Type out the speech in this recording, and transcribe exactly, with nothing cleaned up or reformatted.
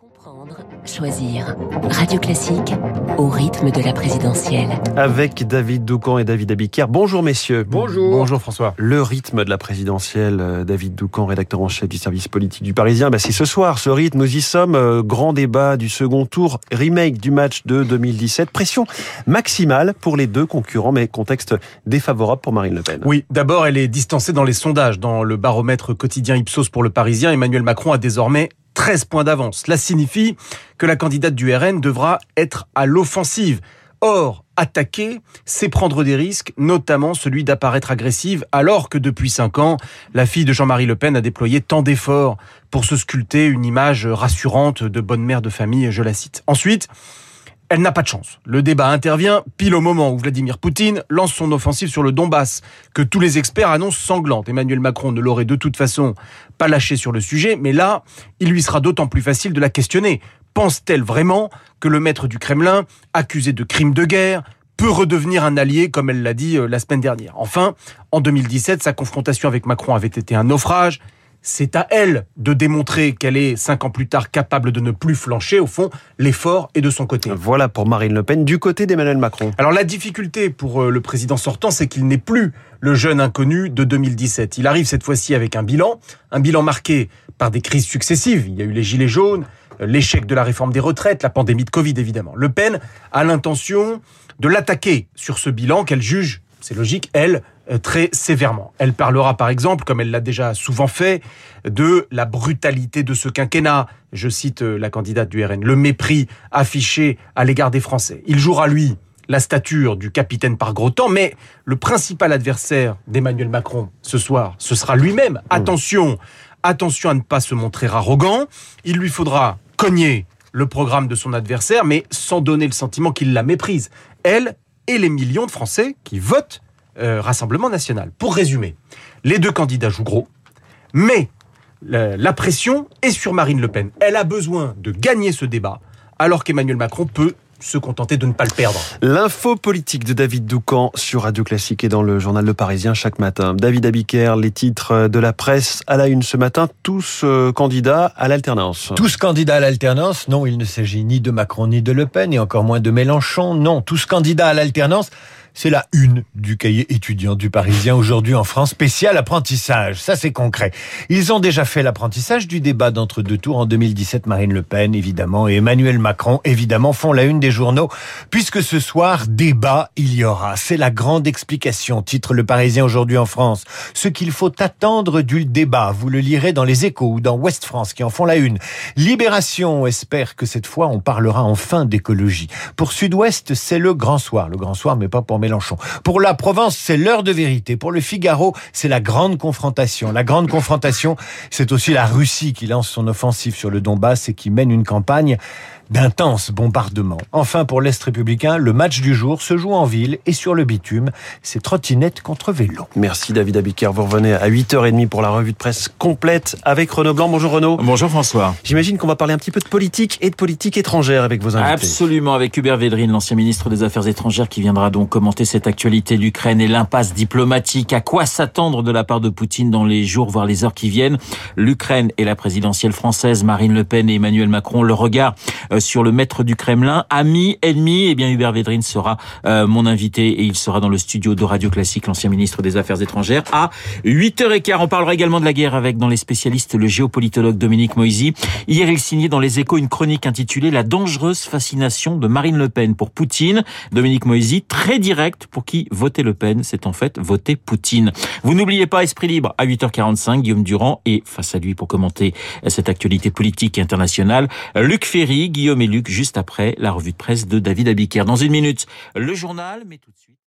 Comprendre, choisir. Radio Classique, au rythme de la présidentielle. Avec David Doucan et David Abiker. Bonjour messieurs. Bonjour. Bonjour François. Le rythme de la présidentielle, David Doucan, rédacteur en chef du service politique du Parisien. Bah c'est ce soir, ce rythme, nous y sommes. Euh, grand débat du second tour, remake du match de deux mille dix-sept. Pression maximale pour les deux concurrents, mais contexte défavorable pour Marine Le Pen. Oui, d'abord elle est distancée dans les sondages. Dans le baromètre quotidien Ipsos pour le Parisien, Emmanuel Macron a désormais treize points d'avance. Cela signifie que la candidate du R N devra être à l'offensive. Or, attaquer, c'est prendre des risques, notamment celui d'apparaître agressive, alors que depuis cinq ans, la fille de Jean-Marie Le Pen a déployé tant d'efforts pour se sculpter une image rassurante de bonne mère de famille, je la cite. Ensuite, elle n'a pas de chance. Le débat intervient pile au moment où Vladimir Poutine lance son offensive sur le Donbass, que tous les experts annoncent sanglante. Emmanuel Macron ne l'aurait de toute façon pas lâché sur le sujet, mais là, il lui sera d'autant plus facile de la questionner. Pense-t-elle vraiment que le maître du Kremlin, accusé de crimes de guerre, peut redevenir un allié, comme elle l'a dit la semaine dernière? Enfin, en deux mille dix-sept, sa confrontation avec Macron avait été un naufrage. C'est à elle de démontrer qu'elle est, cinq ans plus tard, capable de ne plus flancher. Au fond, l'effort est de son côté. Voilà pour Marine Le Pen, du côté d'Emmanuel Macron. Alors la difficulté pour le président sortant, c'est qu'il n'est plus le jeune inconnu de deux mille dix-sept. Il arrive cette fois-ci avec un bilan, un bilan marqué par des crises successives. Il y a eu les gilets jaunes, l'échec de la réforme des retraites, la pandémie de Covid évidemment. Le Pen a l'intention de l'attaquer sur ce bilan qu'elle juge, c'est logique, elle, très sévèrement. Elle parlera par exemple, comme elle l'a déjà souvent fait, de la brutalité de ce quinquennat. Je cite la candidate du R N, le mépris affiché à l'égard des Français. Il jouera, lui, la stature du capitaine par gros temps, mais le principal adversaire d'Emmanuel Macron ce soir, ce sera lui-même. Attention, attention à ne pas se montrer arrogant. Il lui faudra cogner le programme de son adversaire, mais sans donner le sentiment qu'il la méprise. Elle et les millions de Français qui votent euh, Rassemblement National. Pour résumer, les deux candidats jouent gros, mais la, la pression est sur Marine Le Pen. Elle a besoin de gagner ce débat, alors qu'Emmanuel Macron peut se contenter de ne pas le perdre. L'info politique de David Doucan sur Radio Classique et dans le journal Le Parisien chaque matin. David Abiker, les titres de la presse à la une ce matin, tous euh, candidats à l'alternance. Tous candidats à l'alternance? Non, il ne s'agit ni de Macron ni de Le Pen, et encore moins de Mélenchon. Non, tous candidats à l'alternance. C'est la une du cahier étudiant du Parisien aujourd'hui en France, spécial apprentissage. Ça, c'est concret. Ils ont déjà fait l'apprentissage du débat d'entre-deux tours en deux mille dix-sept. Marine Le Pen, évidemment, et Emmanuel Macron, évidemment, font la une des journaux, puisque ce soir, débat il y aura. C'est la grande explication, titre Le Parisien aujourd'hui en France. Ce qu'il faut attendre du débat, vous le lirez dans Les Échos ou dans Ouest France, qui en font la une. Libération espère que cette fois, on parlera enfin d'écologie. Pour Sud-Ouest, c'est le grand soir. Le grand soir, mais pas pour Mélenchon. Pour la Provence, c'est l'heure de vérité. Pour le Figaro, c'est la grande confrontation. La grande confrontation, c'est aussi la Russie qui lance son offensive sur le Donbass et qui mène une campagne d'intenses bombardements. Enfin, pour l'Est républicain, le match du jour se joue en ville et sur le bitume. C'est trottinette contre vélo. Merci David Abiker. Vous revenez à huit heures trente pour la revue de presse complète avec Renaud Blanc. Bonjour Renaud. Bonjour François. J'imagine qu'on va parler un petit peu de politique et de politique étrangère avec vos invités. Absolument, avec Hubert Védrine, l'ancien ministre des Affaires étrangères, qui viendra donc commenter cette actualité d'Ukraine et l'impasse diplomatique. À quoi s'attendre de la part de Poutine dans les jours, voire les heures qui viennent? L'Ukraine et la présidentielle française, Marine Le Pen et Emmanuel Macron, le regard sur le maître du Kremlin, ami, ennemi. Eh bien, Hubert Védrine sera euh, mon invité et il sera dans le studio de Radio Classique, l'ancien ministre des Affaires étrangères, à huit heures quinze. On parlera également de la guerre avec, dans les spécialistes, le géopolitologue Dominique Moisy. Hier, il signait dans Les Échos une chronique intitulée « La dangereuse fascination de Marine Le Pen pour Poutine ». Dominique Moisy, très direct, pour qui voter Le Pen, c'est en fait voter Poutine. Vous n'oubliez pas Esprit Libre à huit heures quarante-cinq, Guillaume Durand, et face à lui pour commenter cette actualité politique et internationale, Luc Ferry, Guillaume et Luc, juste après la revue de presse de David Abiker. Dans une minute, le journal, mais tout de suite...